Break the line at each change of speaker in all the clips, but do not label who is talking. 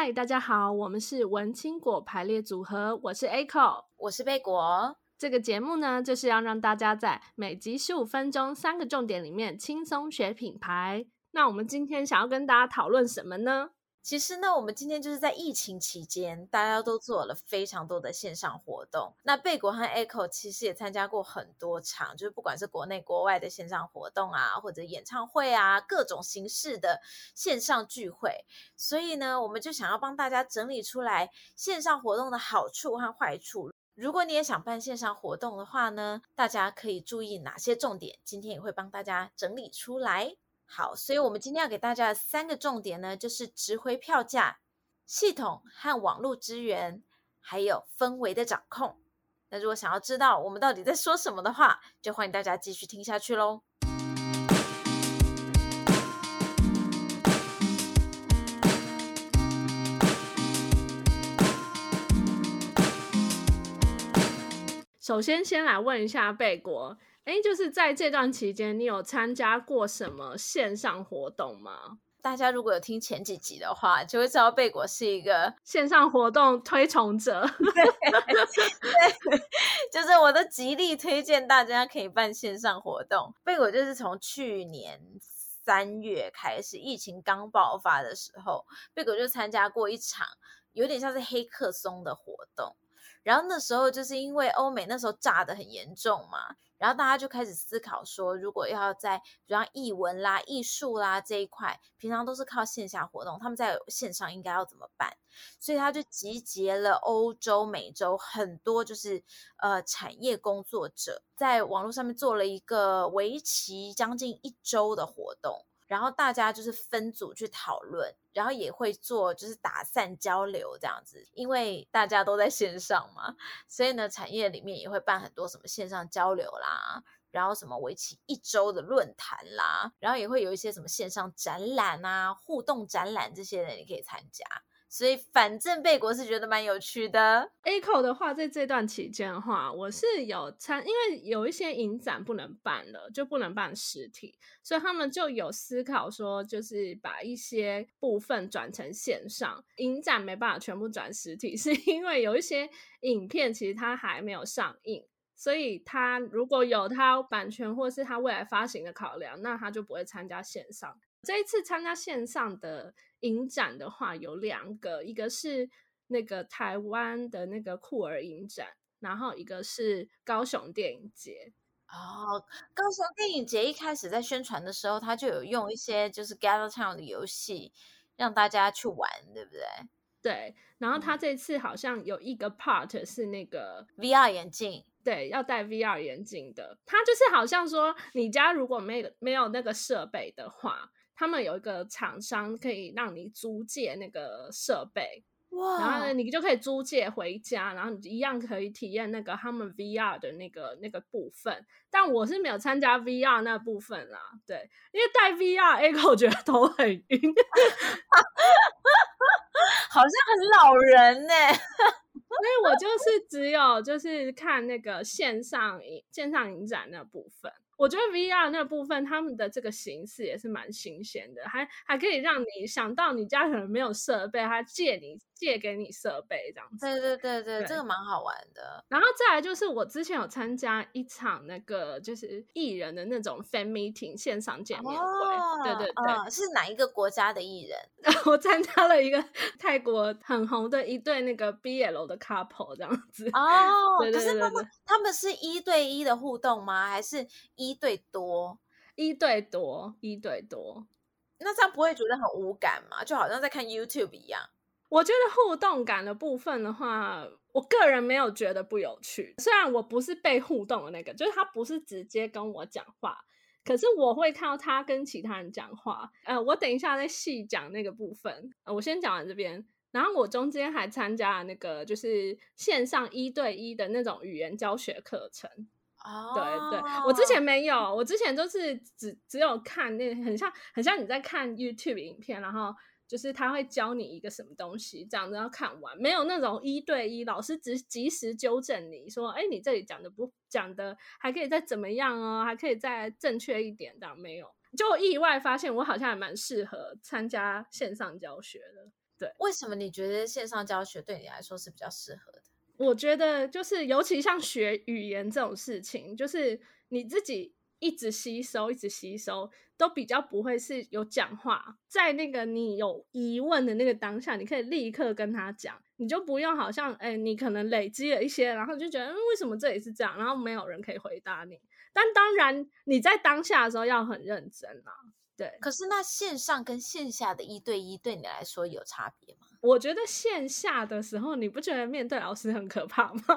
嗨，大家好，我们是文青果排列组合，我是 Echo，
我是贝果。
这个节目呢，就是要让大家在每集15分钟3个重点里面轻松学品牌。那我们今天想要跟大家讨论什么呢？
其实呢，我们今天就是在疫情期间，大家都做了非常多的线上活动。那贝果和 Echo 其实也参加过很多场，就是不管是国内国外的线上活动啊，或者演唱会啊，各种形式的线上聚会。所以呢，我们就想要帮大家整理出来线上活动的好处和坏处。如果你也想办线上活动的话呢，大家可以注意哪些重点，今天也会帮大家整理出来。好，所以我们今天要给大家的3个重点呢，就是值回票价、系统和网络支援，还有氛围的掌控。那如果想要知道我们到底在说什么的话，就欢迎大家继续听下去咯。
首先来问一下贝果，就是在这段期间你有参加过什么线上活动吗？
大家如果有听前几集的话，就会知道贝果是一个
线上活动推崇者
对，就是我都极力推荐大家可以办线上活动。贝果就是从去年3月开始，疫情刚爆发的时候，贝果就参加过一场有点像是黑客松的活动。然后那时候就是因为欧美那时候炸得很严重嘛，然后大家就开始思考说，如果要在比方艺文啦、艺术啦这一块，平常都是靠线下活动，他们在线上应该要怎么办？所以他就集结了欧洲、美洲很多就是产业工作者，在网络上面做了一个为期将近1周的活动。然后大家就是分组去讨论，然后也会做就是打散交流这样子，因为大家都在线上嘛，所以呢产业里面也会办很多什么线上交流啦，然后什么为期1周的论坛啦，然后也会有一些什么线上展览啊、互动展览这些的你可以参加。所以反正贝果是觉得蛮有趣的。
Echo 的话，在这段期间的话，我是有因为有一些影展不能办了，就不能办实体，所以他们就有思考说，就是把一些部分转成线上。影展没办法全部转实体，是因为有一些影片其实它还没有上映，所以他如果有他版权或是他未来发行的考量，那他就不会参加线上。这一次参加线上的影展的话有2个，一个是那个台湾的那个酷儿影展，然后一个是高雄电影节。
高雄电影节一开始在宣传的时候，他就有用一些就是 Gather Town 的游戏让大家去玩，对不对？
对，然后他这次好像有一个 part 是那个
VR 眼镜，
对，要戴 VR 眼镜的。他就是好像说，你家如果没有那个设备的话，他们有一个厂商可以让你租借那个设备，然后呢，你就可以租借回家，然后你一样可以体验那个他们 VR 的那个部分。但我是没有参加 VR 那部分啦，对，因为戴 VR，Echo 我觉得头很晕，
好像很老人呢。
所以我就是只有就是看那个线上影展那部分。我觉得 VR 那部分他们的这个形式也是蛮新鲜的，还可以让你想到你家可能没有设备，他借给你设备这样子。
对，这个蛮好玩的。
然后再来就是我之前有参加一场那个就是艺人的那种 fan meeting 线上见面会，对，
是哪一个国家的艺人？
我参加了一个泰国很红的一对那个 BL 的 couple 这样子。对，
可是他们是1对1的互动吗？还是1对多？
一对多。
那这样不会觉得很无感吗？就好像在看 YouTube 一样。
我觉得互动感的部分的话，我个人没有觉得不有趣。虽然我不是被互动的那个，就是他不是直接跟我讲话，可是我会看到他跟其他人讲话。我等一下再细讲那个部分。我先讲完这边。然后我中间还参加了那个就是线上1对1的那种语言教学课程。对，我之前没有，我之前就是只有看那很像你在看 YouTube 影片，然后就是他会教你一个什么东西，这样子要看完，没有那种1对1，老师及时纠正你说，你这里讲的还可以再怎么样哦，还可以再正确一点，这样没有。就意外发现我好像还蛮适合参加线上教学的。 对，
为什么你觉得线上教学对你来说是比较适合的？
我觉得就是尤其像学语言这种事情，就是你自己一直吸收都比较不会是有讲话，在那个你有疑问的那个当下，你可以立刻跟他讲，你就不用好像你可能累积了一些，然后就觉得为什么这里是这样，然后没有人可以回答你。但当然你在当下的时候要很认真啦。对，
可是那线上跟线下的1对1对你来说有差别吗？
我觉得线下的时候，你不觉得面对老师很可怕吗？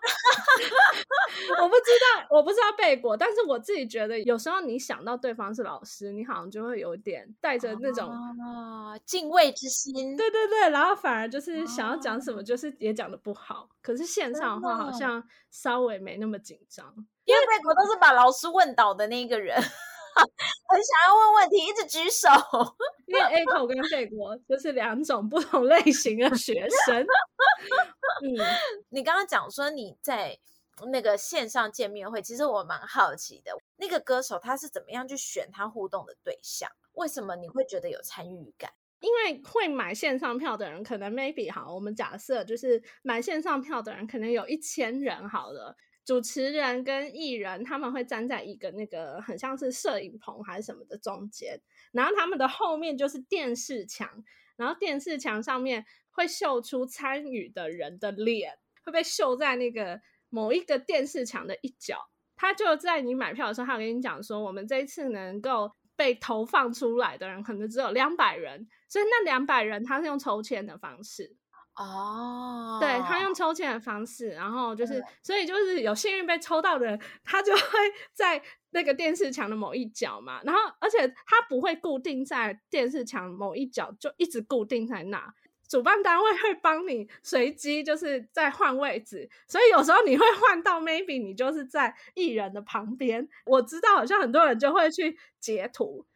我不知道贝果，但是我自己觉得，有时候你想到对方是老师，你好像就会有点带着那种
敬畏之心。
对对对，然后反而就是想要讲什么，就是也讲得不好。可是线上的话，好像稍微没那么紧张，
因为贝果都是把老师问倒的那一个人。很想要问问题，一直举手。
因为 Echo 跟贝果就是2种不同类型的学生。
你刚刚讲说你在那个线上见面会，其实我蛮好奇的，那个歌手他是怎么样去选他互动的对象？为什么你会觉得有参与感？
因为会买线上票的人，可能 maybe 好，我们假设就是买线上票的人可能有1000人好了。主持人跟艺人他们会站在一个那个很像是摄影棚还是什么的中间，然后他们的后面就是电视墙，然后电视墙上面会秀出参与的人的脸，会被秀在那个某一个电视墙的一角。他就在你买票的时候，他有跟你讲说，我们这一次能够被投放出来的人可能只有200人，所以那200人他是用抽签的方式。对，他用抽签的方式，然后就是所以就是有幸运被抽到的人，他就会在那个电视墙的某一角嘛，然后而且他不会固定在电视墙某一角，就一直固定在那，主办单位会帮你随机就是在换位置，所以有时候你会换到 maybe 你就是在艺人的旁边。我知道好像很多人就会去截图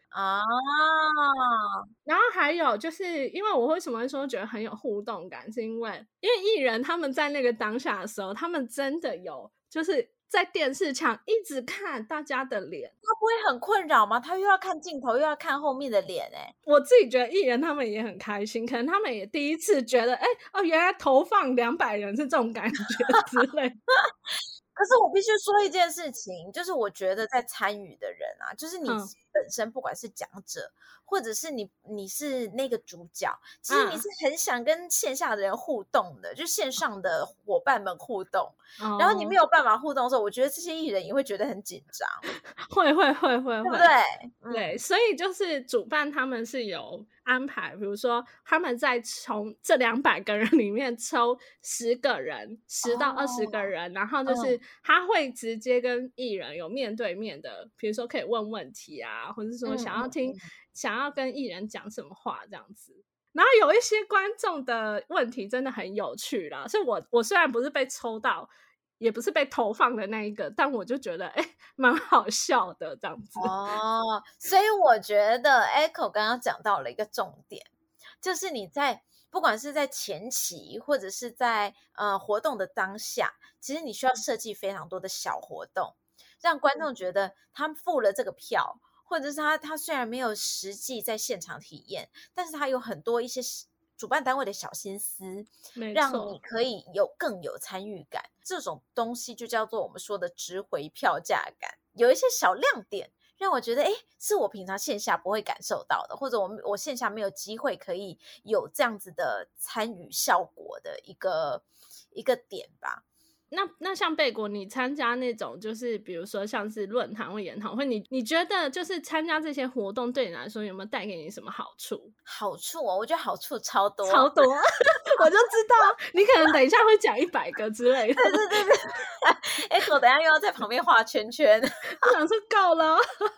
然后还有就是因为我为什么会说觉得很有互动感，是因为艺人他们在那个当下的时候，他们真的有就是在电视墙一直看大家的脸，
他不会很困扰吗？他又要看镜头，又要看后面的脸
我自己觉得艺人他们也很开心，可能他们也第一次觉得原来投放200人是这种感觉之类的。
可是我必须说一件事情，就是我觉得在参与的人啊，就是你本身不管是讲者，或者是你是那个主角，其实你是很想跟线下的人互动的，就线上的伙伴们互动，然后你没有办法互动的时候，我觉得这些艺人也会觉得很紧张。
会，对
不对？
对，所以就是主办他们是有安排，比如说他们在从这200个人里面抽10个人，10到20个人，然后就是他会直接跟艺人有面对面的，比如说可以问问题啊，或者是说想要跟艺人讲什么话这样子。然后有一些观众的问题真的很有趣啦，所以我虽然不是被抽到，也不是被投放的那一个，但我就觉得蛮好笑的这样子。
所以我觉得 Echo 刚刚讲到了一个重点，就是你在不管是在前期或者是在活动的当下，其实你需要设计非常多的小活动，让观众觉得他付了这个票，或者是他虽然没有实际在现场体验，但是他有很多一些主办单位的小心思，让你可以更有参与感。这种东西就叫做我们说的值回票价感，有一些小亮点让我觉得是我平常线下不会感受到的，或者我线下没有机会可以有这样子的参与效果的一个点吧。
那像贝果，你参加那种就是比如说像是论坛或研讨会，你觉得就是参加这些活动对你来说有没有带给你什么好处？
好处我觉得好处超多
我就知道你可能等一下会讲100个之类的。
对我等一下又要在旁边画圈圈。
我想说够了。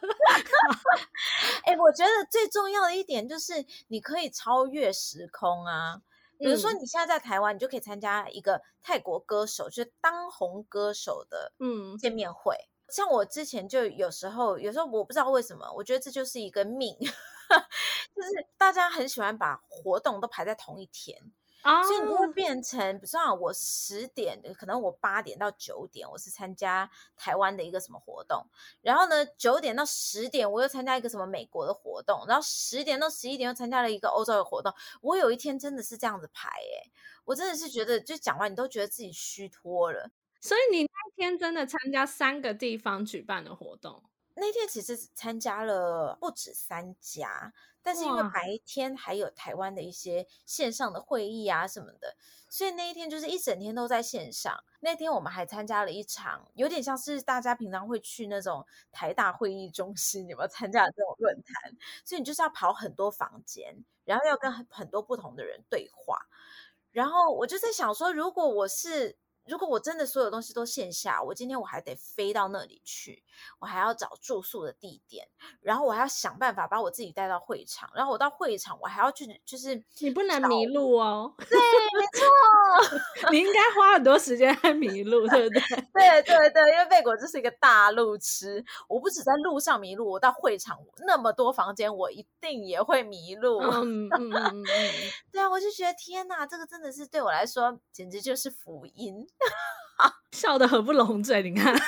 我觉得最重要的一点就是你可以超越时空啊。比如说你现在在台湾，你就可以参加一个泰国歌手，就是当红歌手的见面会。像我之前就有时候我不知道为什么，我觉得这就是一个命，就是大家很喜欢把活动都排在同一天， 所以你就会
哦，
变成，比如说我10点，可能我8点到9点我是参加台湾的一个什么活动，然后呢9点到10点我又参加一个什么美国的活动，然后10点到11点又参加了一个欧洲的活动。我有一天真的是这样子排我真的是觉得就讲完你都觉得自己虚脱了。
所以你那一天真的参加3个地方举办的活动？
那天其实参加了不止3家，但是因为
哇，
白天还有台湾的一些线上的会议啊什么的，所以那一天就是一整天都在线上。那天我们还参加了一场有点像是大家平常会去那种台大会议中心有没有参加的这种论坛，所以你就是要跑很多房间，然后要跟很多不同的人对话。然后我就在想说，如果我真的所有东西都线下，我今天我还得飞到那里去，我还要找住宿的地点，然后我还要想办法把我自己带到会场，然后我到会场我还要去就是
你不能迷路哦，
对，没错，
你应该花很多时间在迷路，对不对？
对对对，因为贝果就是一个大路痴，我不止在路上迷路，我到会场那么多房间，我一定也会迷路。对啊，我就觉得天哪，这个真的是对我来说简直就是福音。
笑得合不拢嘴，你看。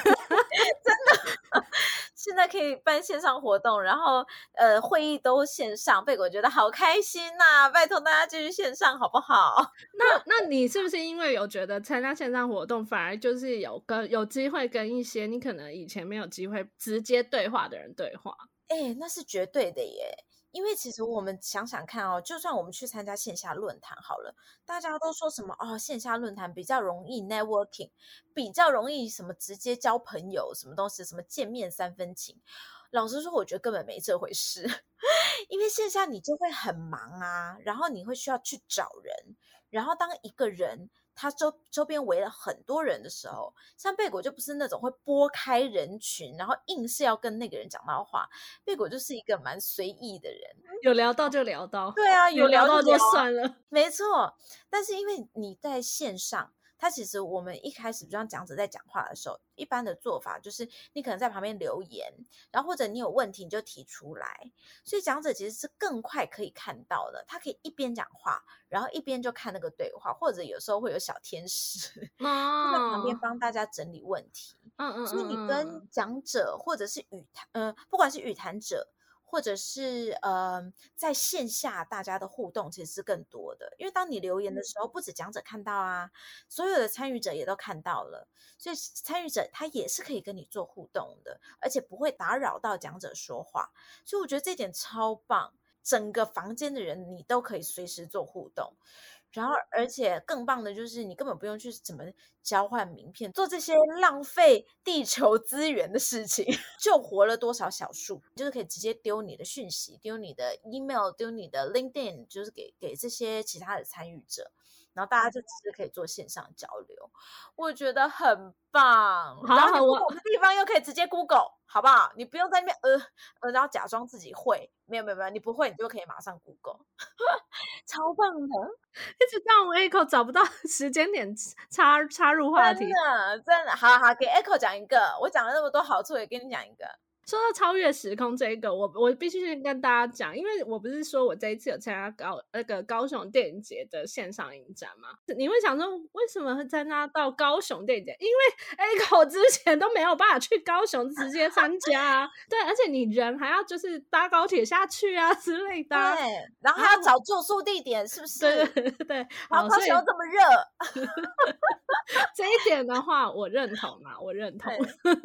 现在可以办线上活动，然后会议都线上，贝果觉得好开心呐、拜托大家继续线上好不好？
那你是不是因为有觉得参加线上活动，反而就是有机会跟一些你可能以前没有机会直接对话的人对话？
那是绝对的耶。因为其实我们想想看哦，就算我们去参加线下论坛好了，大家都说什么线下论坛比较容易 networking， 比较容易什么直接交朋友，什么东西，什么见面3分情。老实说，我觉得根本没这回事，因为线下你就会很忙啊，然后你会需要去找人，然后当一个人他周边围了很多人的时候，像贝果就不是那种会拨开人群，然后硬是要跟那个人讲到话。贝果就是一个蛮随意的人。
有聊到就聊到，
对啊，有
没聊到就
聊就聊，
算了。
没错。但是因为你在线上，它其实我们一开始就像讲者在讲话的时候，一般的做法就是你可能在旁边留言，然后或者你有问题你就提出来，所以讲者其实是更快可以看到的，他可以一边讲话，然后一边就看那个对话，或者有时候会有小天使就在旁边
哦，
帮大家整理问题。所以你跟
嗯，
讲者或者是不管是语谈者，或者是在线下大家的互动其实是更多的，因为当你留言的时候，不止讲者看到啊，所有的参与者也都看到了，所以参与者他也是可以跟你做互动的，而且不会打扰到讲者说话，所以我觉得这点超棒，整个房间的人你都可以随时做互动。然后，而且更棒的就是，你根本不用去怎么交换名片，做这些浪费地球资源的事情，救活了多少小树？就是可以直接丢你的讯息，丢你的 email，丢你的 LinkedIn，就是给这些其他的参与者，然后大家就只是可以做线上交流，我觉得很棒。
好好，
然后你不懂的地方又可以直接 Google，好不好？你不用在那边然后假装自己会，没有，你不会，你就可以马上 Google，超棒的。
一直让我 Echo 找不到时间点插入话题。
真的，好好给 Echo 讲一个，我讲了那么多好处，也跟你讲一个。
说到超越时空这一个，我必须跟大家讲，因为我不是说我这一次有参加高雄电影节的线上影展嘛？你会想说为什么会参加到高雄电影节？因为 Echo 之前都没有办法去高雄直接参加啊，对，而且你人还要就是搭高铁下去啊之类的、啊，
对，然后还要找住宿地点，是不是？
对，
然后高雄这么热，
这一点的话，我认同嘛，我认同。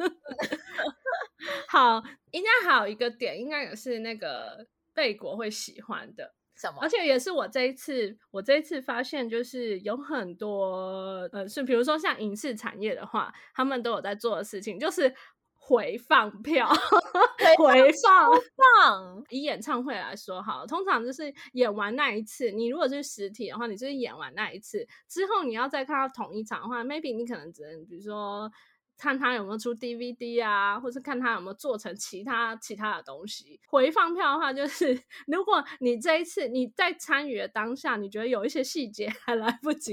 好，应该还有一个点，应该也是那个贝果会喜欢的，
什么？
而且也是我这一次发现，就是有很多是比如说像影视产业的话，他们都有在做的事情，就是回放票，回放。以演唱会来说，好，通常就是演完那一次，你如果是实体的话，你就是演完那一次之后，你要再看到同一场的话 ，maybe 你可能只能比如说看他有没有出 DVD 啊，或是看他有没有做成其他的东西。回放票的话，就是如果你这一次你在参与的当下，你觉得有一些细节还来不及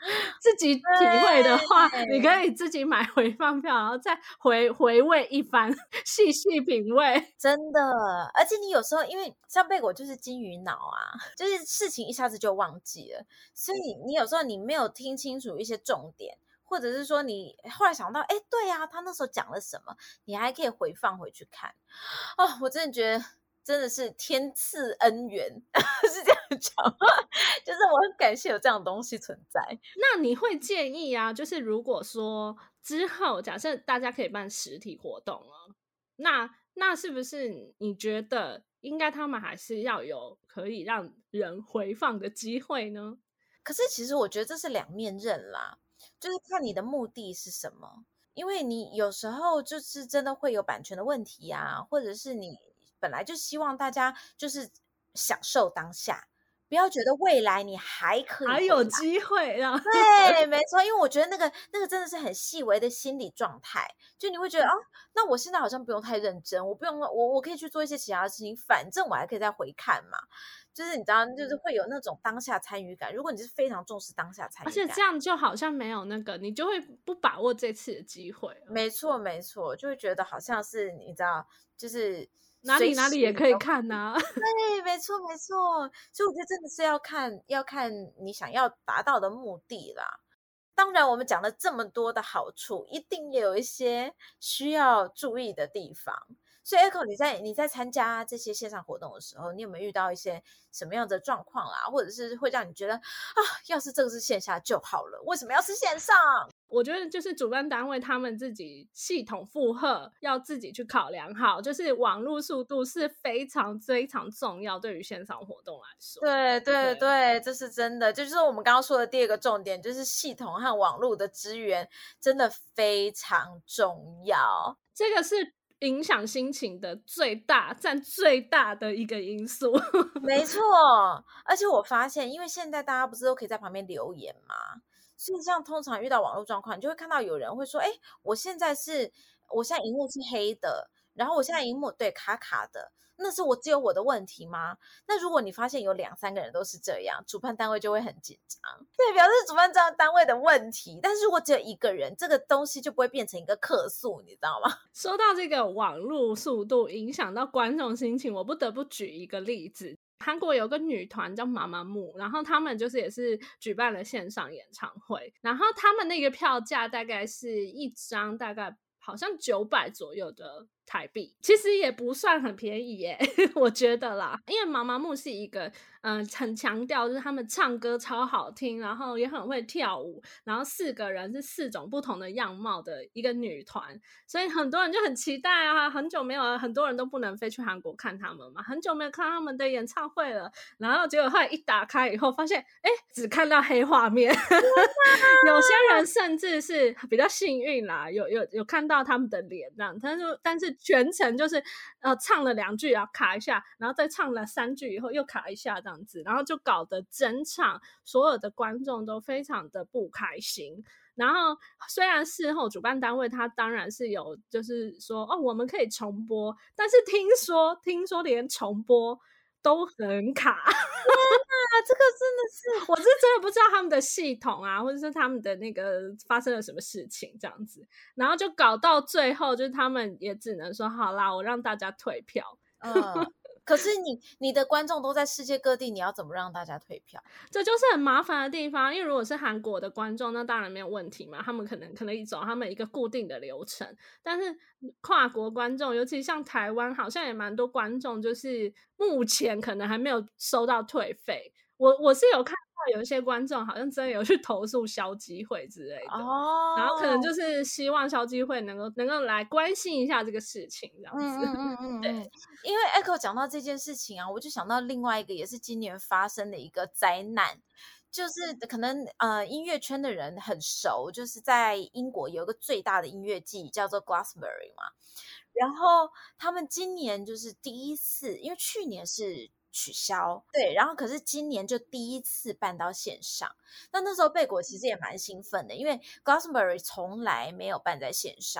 自己体会的话，
对
你可以自己买回放票，然后再回味一番，细细品味。
真的，而且你有时候因为像贝果就是金鱼脑啊，就是事情一下子就忘记了，所以你有时候你没有听清楚一些重点，或者是说你后来想到，哎，对啊，他那时候讲了什么，你还可以回放回去看。哦，我真的觉得真的是天赐恩缘，是这样讲吗？就是我很感谢有这样的东西存在。
那你会建议啊，就是如果说之后假设大家可以办实体活动了，那是不是你觉得应该他们还是要有可以让人回放的机会呢？
可是其实我觉得这是两面刃啦，就是看你的目的是什么。因为你有时候就是真的会有版权的问题啊，或者是你本来就希望大家就是享受当下，不要觉得未来你还可以
还
回来。
有机会啊？
对，没错，因为我觉得那个真的是很细微的心理状态，就你会觉得啊，那我现在好像不用太认真，我不用我可以去做一些其他的事情，反正我还可以再回看嘛。就是你知道，就是会有那种当下参与感。如果你是非常重视当下参与感，
而且这样就好像没有那个，你就会不把握这次的机会了。
没错没错，就会觉得好像是你知道，就是
哪里哪里也可以看啊。
对，没错没错。所以我觉得真的是要看你想要达到的目的啦。当然，我们讲了这么多的好处，一定也有一些需要注意的地方。所以 Echo，你在参加这些线上活动的时候，你有没有遇到一些什么样的状况啦，或者是会让你觉得啊，要是这个是线下就好了，为什么要是线上？
我觉得就是主办单位他们自己系统负荷要自己去考量好，就是网络速度是非常非常重要，对于线上活动来说。
对对对，这是真的。就是我们刚刚说的第二个重点，就是系统和网络的资源真的非常重要。
这个是影响心情的占最大的一个因素。
没错，而且我发现，因为现在大家不是都可以在旁边留言嘛，所以像通常遇到网络状况，你就会看到有人会说：“哎，我现在荧幕是黑的，然后我现在荧幕对卡卡的，那是只有我的问题吗？”那如果你发现有2、3个人都是这样，主办单位就会很紧张，对，表示主办单位的问题。但是如果只有一个人，这个东西就不会变成一个客诉，你知道吗？
说到这个网络速度影响到观众心情，我不得不举一个例子。韩国有个女团叫妈妈木，然后他们就是也是举办了线上演唱会，然后他们那个票价大概是一张大概好像900左右的台币，其实也不算很便宜耶，我觉得啦。因为妈妈木是一个很强调就是他们唱歌超好听，然后也很会跳舞，然后4个人是4种不同的样貌的一个女团，所以很多人就很期待啊。很久没有，很多人都不能飞去韩国看他们嘛，很久没有看他们的演唱会了，然后结果后来一打开以后发现只看到黑画面。有些人甚至是比较幸运啦，有看到他们的脸这样，但是全程就是唱了2句然后卡一下，然后再唱了3句以后又卡一下这样子，然后就搞得整场所有的观众都非常的不开心。然后虽然事后主办单位他当然是有就是说我们可以重播，但是听说连重播都很卡。
这个真的是
我是真的不知道他们的系统啊，或者是他们的那个发生了什么事情这样子，然后就搞到最后，就是他们也只能说好啦，我让大家退票。
可是你的观众都在世界各地，你要怎么让大家退票？
这就是很麻烦的地方，因为如果是韩国的观众，那当然没有问题嘛，他们可能走他们一个固定的流程。但是跨国观众，尤其像台湾，好像也蛮多观众，就是目前可能还没有收到退费。我是有看到有一些观众好像真的有去投诉消基会之类的，然后可能就是希望消基会能够来关心一下这个事情，这样子。对，
因为 Echo 讲到这件事情啊，我就想到另外一个也是今年发生的一个灾难，就是可能音乐圈的人很熟，就是在英国有一个最大的音乐季叫做 Glastonbury 嘛，然后他们今年就是第一次，因为去年是取消，对，然后可是今年就第一次办到线上。那时候贝果其实也蛮兴奋的，因为 Glastonbury 从来没有办在线上，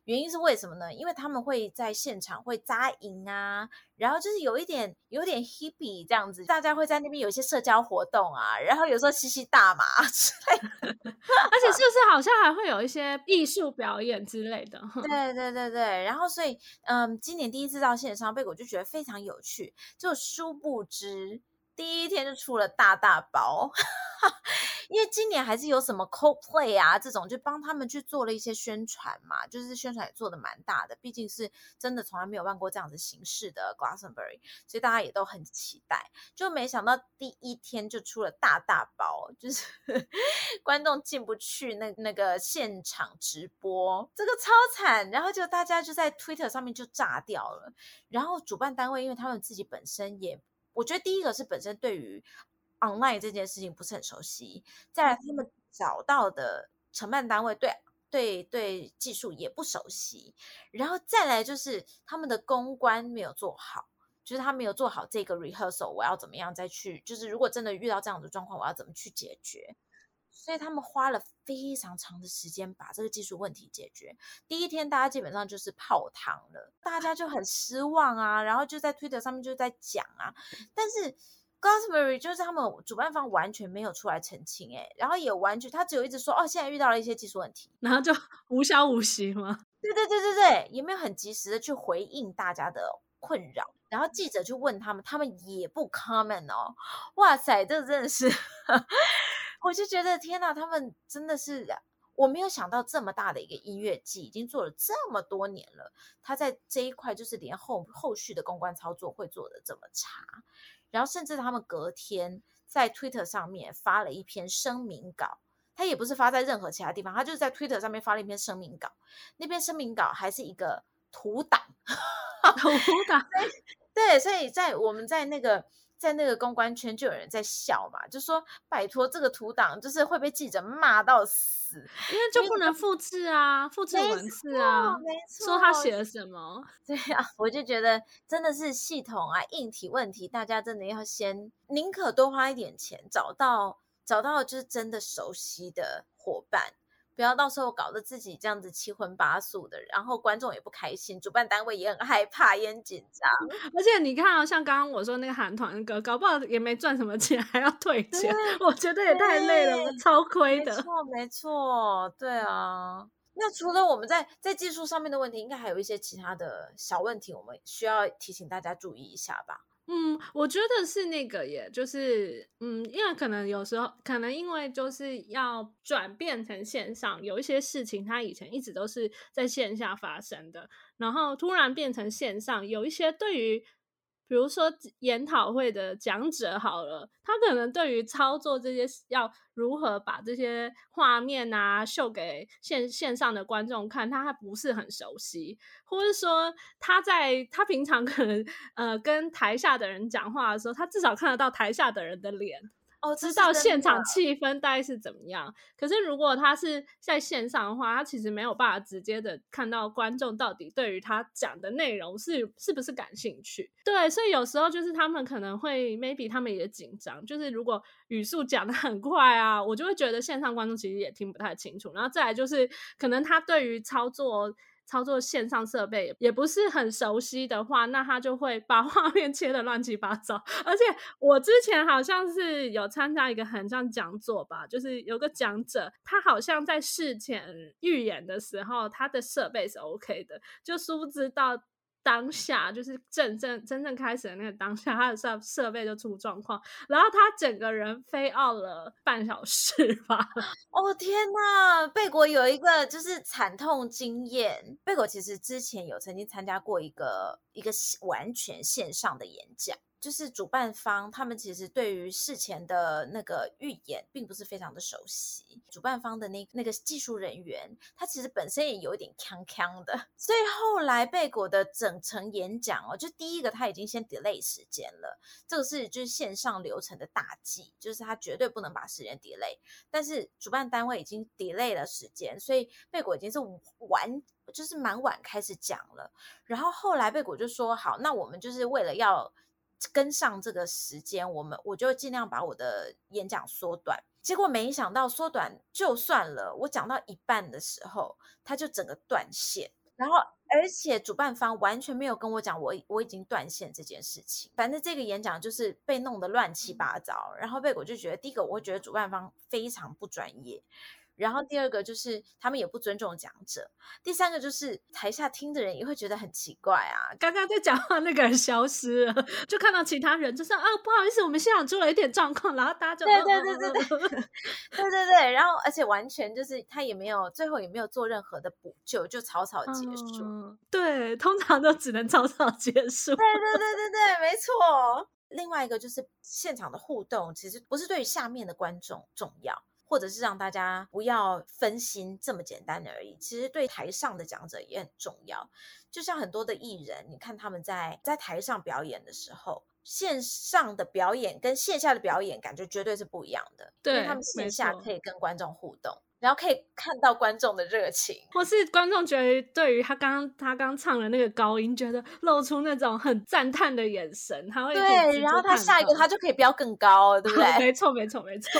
原因是为什么呢？因为他们会在现场会扎营啊，然后就是有点 hippie 这样子，大家会在那边有一些社交活动啊，然后有时候吸吸大麻之类的。
而且是不是好像还会有一些艺术表演之类的？
对对对对，然后所以今年第一次到线上，贝果就觉得非常有趣，就殊不知第一天就出了大包。因为今年还是有什么 Coldplay 啊这种，就帮他们去做了一些宣传嘛，就是宣传也做的蛮大的，毕竟是真的从来没有办过这样子形式的 Glastonbury， 所以大家也都很期待。就没想到第一天就出了大包，就是观众进不去那个现场直播，这个超惨。然后就大家就在 Twitter 上面就炸掉了。然后主办单位因为他们自己本身也，我觉得第一个是本身对于online 这件事情不是很熟悉，再来他们找到的承办单位对技术也不熟悉，然后再来就是他们的公关没有做好，就是他没有做好这个 rehearsal， 我要怎么样再去，就是如果真的遇到这样的状况，我要怎么去解决。所以他们花了非常长的时间把这个技术问题解决。第一天大家基本上就是泡汤了，大家就很失望啊，然后就在 Twitter 上面就在讲啊，但是Glastonbury 就是他们主办方完全没有出来澄清然后也完全他只有一直说现在遇到了一些技术问题，
然后就无消无息吗？
对，也没有很及时的去回应大家的困扰。然后记者去问他们，他们也不 comment 哇塞，这真的是我就觉得天哪，他们真的是，我没有想到这么大的一个音乐季已经做了这么多年了，他在这一块就是连后续的公关操作会做的这么差。然后甚至他们隔天在 Twitter 上面发了一篇声明稿，他也不是发在任何其他地方，他就是在 Twitter 上面发了一篇声明稿，那篇声明稿还是一个图档
图档
对，所以我们在那个公关圈就有人在笑嘛，就说拜托这个图档就是会被记者骂到死，
因为就不能复制啊，复制文字啊，
没错，
说他写了什么。
对啊，我就觉得真的是系统啊硬体问题，大家真的要先宁可多花一点钱找到就是真的熟悉的伙伴，不要到时候搞得自己这样子七荤八素的，然后观众也不开心，主办单位也很害怕也很紧张。
而且你看像刚刚我说那个韩团歌，搞不好也没赚什么钱，还要退钱，我觉得也太累了，超亏的。
没错，对啊。那除了我们在技术上面的问题，应该还有一些其他的小问题，我们需要提醒大家注意一下吧。
我觉得是那个耶，就是因为可能有时候可能因为就是要转变成线上，有一些事情它以前一直都是在线下发生的，然后突然变成线上，有一些对于比如说研讨会的讲者好了，他可能对于操作这些要如何把这些画面啊秀给线上的观众看，他还不是很熟悉，或是说他平常可能跟台下的人讲话的时候，他至少看得到台下的人的脸。知道现场气氛大概是怎么样，可是如果他是在线上的话，他其实没有办法直接的看到观众到底对于他讲的内容是不是感兴趣。对，所以有时候就是他们可能会 maybe 他们也紧张，就是如果语速讲得很快啊，我就会觉得线上观众其实也听不太清楚。然后再来就是可能他对于操作线上设备也不是很熟悉的话，那他就会把画面切得乱七八糟。而且我之前好像是有参加一个很像讲座吧，就是有个讲者，他好像在事前预演的时候，他的设备是 OK 的，就殊不知到当下就是真正开始的那个当下，他的设备就出状况，然后他整个人飞out了半小时吧。
天哪，贝果有一个就是惨痛经验。贝果其实之前有曾经参加过一个完全线上的演讲，就是主办方他们其实对于事前的那个预演并不是非常的熟悉，主办方的那个技术人员他其实本身也有一点锵锵的，所以后来贝果的整程演讲就第一个他已经先 delay 时间了，这个是就是线上流程的大忌，就是他绝对不能把时间 delay， 但是主办单位已经 delay 了时间，所以贝果已经是就是蛮晚开始讲了，然后后来贝果就说好，那我们就是为了要跟上这个时间，我就尽量把我的演讲缩短。结果没想到缩短就算了，我讲到一半的时候，它就整个断线。 然后而且主办方完全没有跟我讲我已经断线这件事情。反正这个演讲就是被弄得乱七八糟，然后贝果就觉得，第一个我会觉得主办方非常不专业，然后第二个就是他们也不尊重讲者，第三个就是台下听的人也会觉得很奇怪啊。
刚刚在讲话那个人消失了，就看到其他人就说不好意思，我们现场出了一点状况，然后大家就
对对对，然后而且完全就是他也没有最后也没有做任何的补救，就草草结束。
对，通常都只能草草结束。
对，没错。另外一个就是现场的互动，其实不是对于下面的观众重要，或者是让大家不要分心这么简单而已，其实对台上的讲者也很重要。就像很多的艺人，你看他们在台上表演的时候，线上的表演跟线下的表演感觉绝对是不一样的，
对，
因为他们线下可以跟观众互动，然后可以看到观众的热情，
或是观众觉得对于他刚唱的那个高音，觉得露出那种很赞叹的眼神，他会
对，然后他下一个他就可以飙更高，对不对？
没错。
对，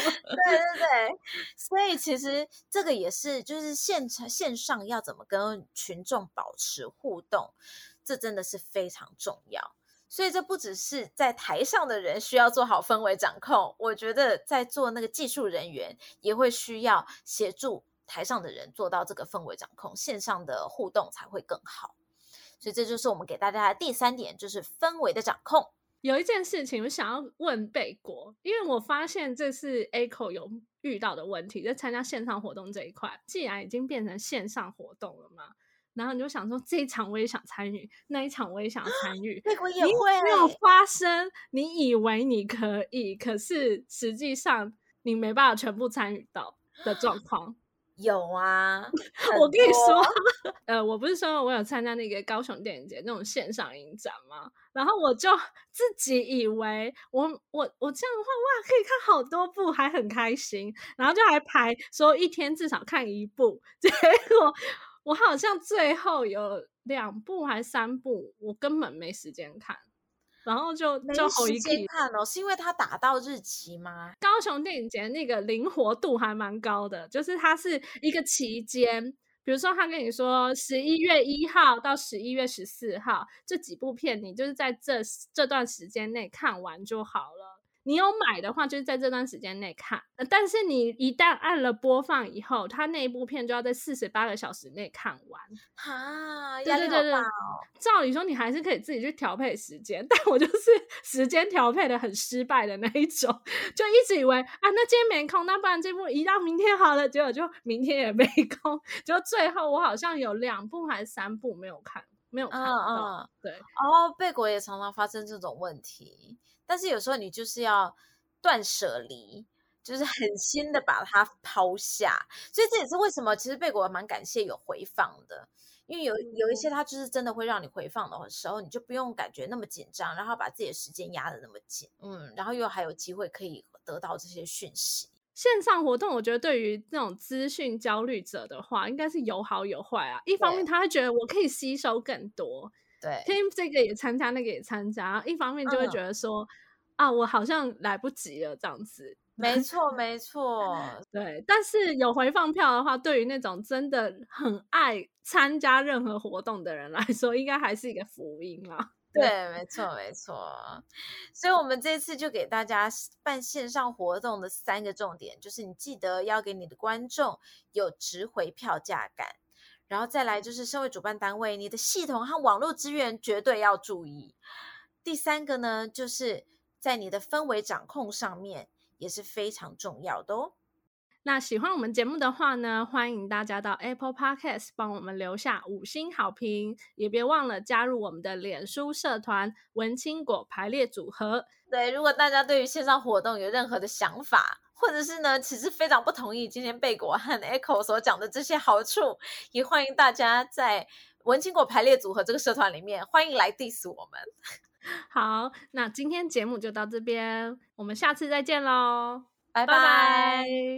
所以其实这个也是就是线上要怎么跟群众保持互动，这真的是非常重要。所以这不只是在台上的人需要做好氛围掌控，我觉得在做那个技术人员也会需要协助台上的人做到这个氛围掌控，线上的互动才会更好。所以这就是我们给大家的第3点，就是氛围的掌控。
有一件事情我想要问贝果，因为我发现这是 Echo 有遇到的问题，在参加线上活动这一块，既然已经变成线上活动了嘛，然后你就想说这一场我也想参与，那一场我也想参与，
贝果也会，
你有发生你以为你可以，可是实际上你没办法全部参与到的状况？
有啊，
我跟你说我不是说我有参加那个高雄电影节那种线上影展吗？然后我就自己以为我这样的话哇可以看好多部，还很开心，然后就还排说一天至少看1部，结果我好像最后有2部还3部我根本没时间看，然后就
没时间看哦，是因为他打到日期吗？
高雄电影节那个灵活度还蛮高的，就是它是一个期间，比如说他跟你说11月1号到11月14号这几部片，你就是在这段时间内看完就好了。你有买的话就是在这段时间内看，但是你一旦按了播放以后，它那一部片就要在48个小时内看完
啊，压力好大哦。
照理说你还是可以自己去调配时间，但我就是时间调配的很失败的那一种，就一直以为那今天没空，那不然这部移到明天好了，结果就明天也没空，就最后我好像有2部还是3部没有看到。对，
贝果也常常发生这种问题，但是有时候你就是要断舍离，就是狠心的把它抛下，所以这也是为什么其实贝果蛮感谢有回放的，因为有一些它就是真的会让你回放的时候，你就不用感觉那么紧张，然后把自己的时间压得那么紧，然后又还有机会可以得到这些讯息。
线上活动我觉得对于那种资讯焦虑者的话应该是有好有坏啊，一方面他会觉得我可以吸收更多，
对，
可以这个也参加那个也参加，然后一方面就会觉得说我好像来不及了这样子。
没错
对，但是有回放票的话，对于那种真的很爱参加任何活动的人来说应该还是一个福音啦。
对，没错。所以我们这次就给大家办线上活动的3个重点，就是你记得要给你的观众有值回票价感，然后再来就是身为主办单位，你的系统和网络资源绝对要注意。第3个呢，就是在你的氛围掌控上面也是非常重要的哦。
那喜欢我们节目的话呢，欢迎大家到 Apple Podcast 帮我们留下5星好评，也别忘了加入我们的脸书社团文青果排列组合。
对，如果大家对于线上活动有任何的想法，或者是呢其实非常不同意今天贝果和 Echo 所讲的这些好处，也欢迎大家在文青果排列组合这个社团里面欢迎来 diss 我们。
好，那今天节目就到这边，我们下次再见咯，
拜拜。